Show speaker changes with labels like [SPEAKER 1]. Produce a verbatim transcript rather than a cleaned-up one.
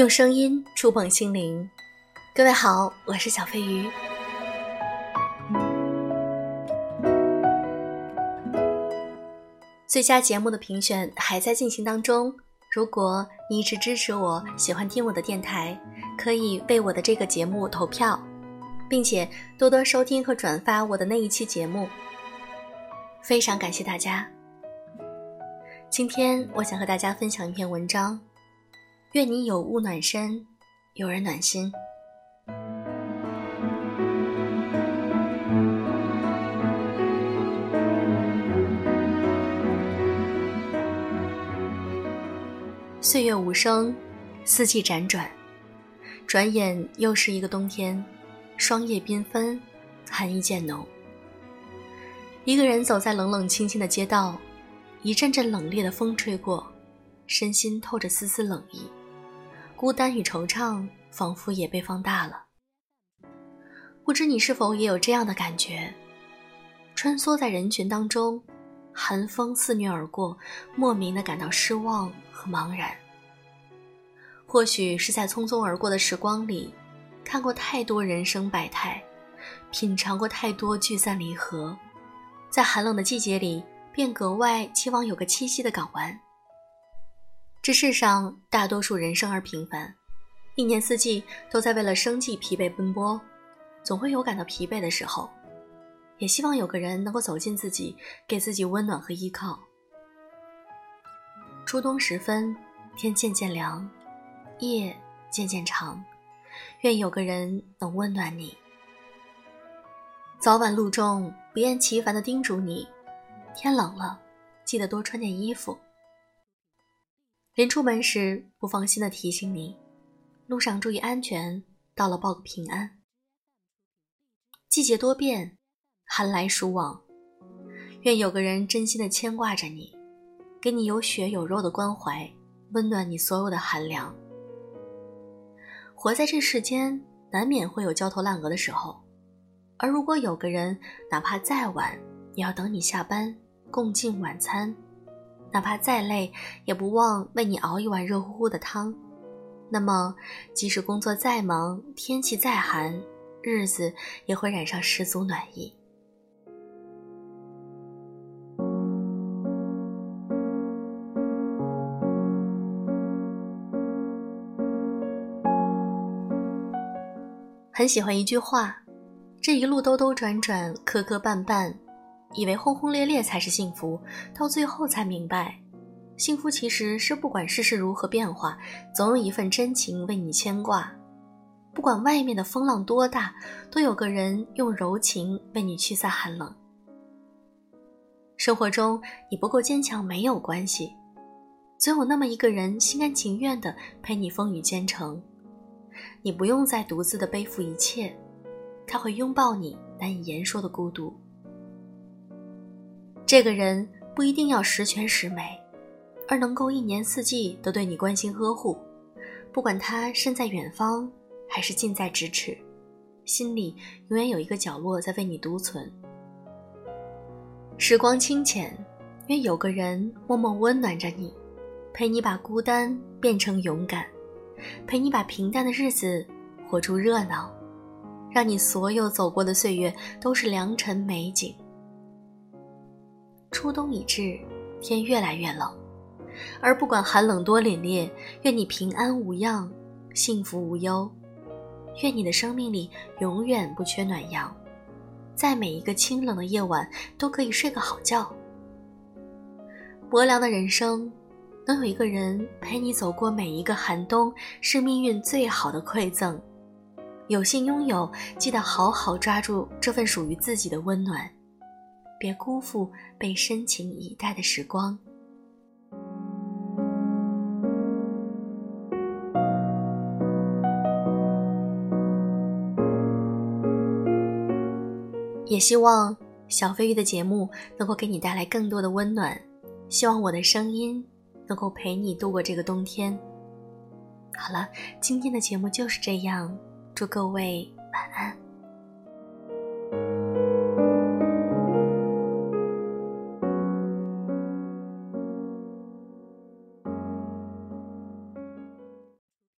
[SPEAKER 1] 用声音触碰心灵。各位好，我是小飞鱼。最佳节目的评选还在进行当中，如果你一直支持我，喜欢听我的电台，可以为我的这个节目投票，并且多多收听和转发我的那一期节目。非常感谢大家。今天我想和大家分享一篇文章，愿你有物暖身，有人暖心。岁月无声，四季辗转，转眼又是一个冬天，霜叶缤纷，寒意渐浓。一个人走在冷冷清清的街道，一阵阵冷冽的风吹过，身心透着丝丝冷意，孤单与惆怅仿佛也被放大了。不知你是否也有这样的感觉，穿梭在人群当中，寒风肆虐而过，莫名的感到失望和茫然。或许是在匆匆而过的时光里，看过太多人生百态，品尝过太多聚散离合，在寒冷的季节里便格外期望有个栖息的港湾。这世上大多数人生而平凡，一年四季都在为了生计疲惫奔波，总会有感到疲惫的时候，也希望有个人能够走进自己，给自己温暖和依靠。初冬时分，天渐渐凉，夜渐渐长，愿有个人能温暖你。早晚路重，不厌其烦地叮嘱你，天冷了，记得多穿点衣服。临出门时，不放心地提醒你，路上注意安全，到了报个平安。季节多变，寒来暑往，愿有个人真心地牵挂着你，给你有血有肉的关怀，温暖你所有的寒凉。活在这世间，难免会有焦头烂额的时候，而如果有个人哪怕再晚也要等你下班共进晚餐，哪怕再累也不忘为你熬一碗热乎乎的汤，那么即使工作再忙，天气再寒，日子也会染上十足暖意。很喜欢一句话，这一路兜兜转转，磕磕绊绊，以为轰轰烈烈才是幸福，到最后才明白，幸福其实是不管世事如何变化，总有一份真情为你牵挂。不管外面的风浪多大，都有个人用柔情为你驱散寒冷。生活中你不够坚强没有关系，总有那么一个人心甘情愿地陪你风雨兼程。你不用再独自地背负一切，他会拥抱你难以言说的孤独。这个人不一定要十全十美，而能够一年四季都对你关心呵护，不管他身在远方还是近在咫尺，心里永远有一个角落在为你独存。时光清浅，愿有个人默默温暖着你，陪你把孤单变成勇敢，陪你把平淡的日子活出热闹，让你所有走过的岁月都是良辰美景。初冬已至，天越来越冷，而不管寒冷多凛冽，愿你平安无恙，幸福无忧。愿你的生命里永远不缺暖阳，在每一个清冷的夜晚都可以睡个好觉。薄凉的人生，能有一个人陪你走过每一个寒冬，是命运最好的馈赠。有幸拥有，记得好好抓住这份属于自己的温暖，别辜负被深情以待的时光。也希望小飞鱼的节目能够给你带来更多的温暖，希望我的声音能够陪你度过这个冬天。好了，今天的节目就是这样，祝各位晚安。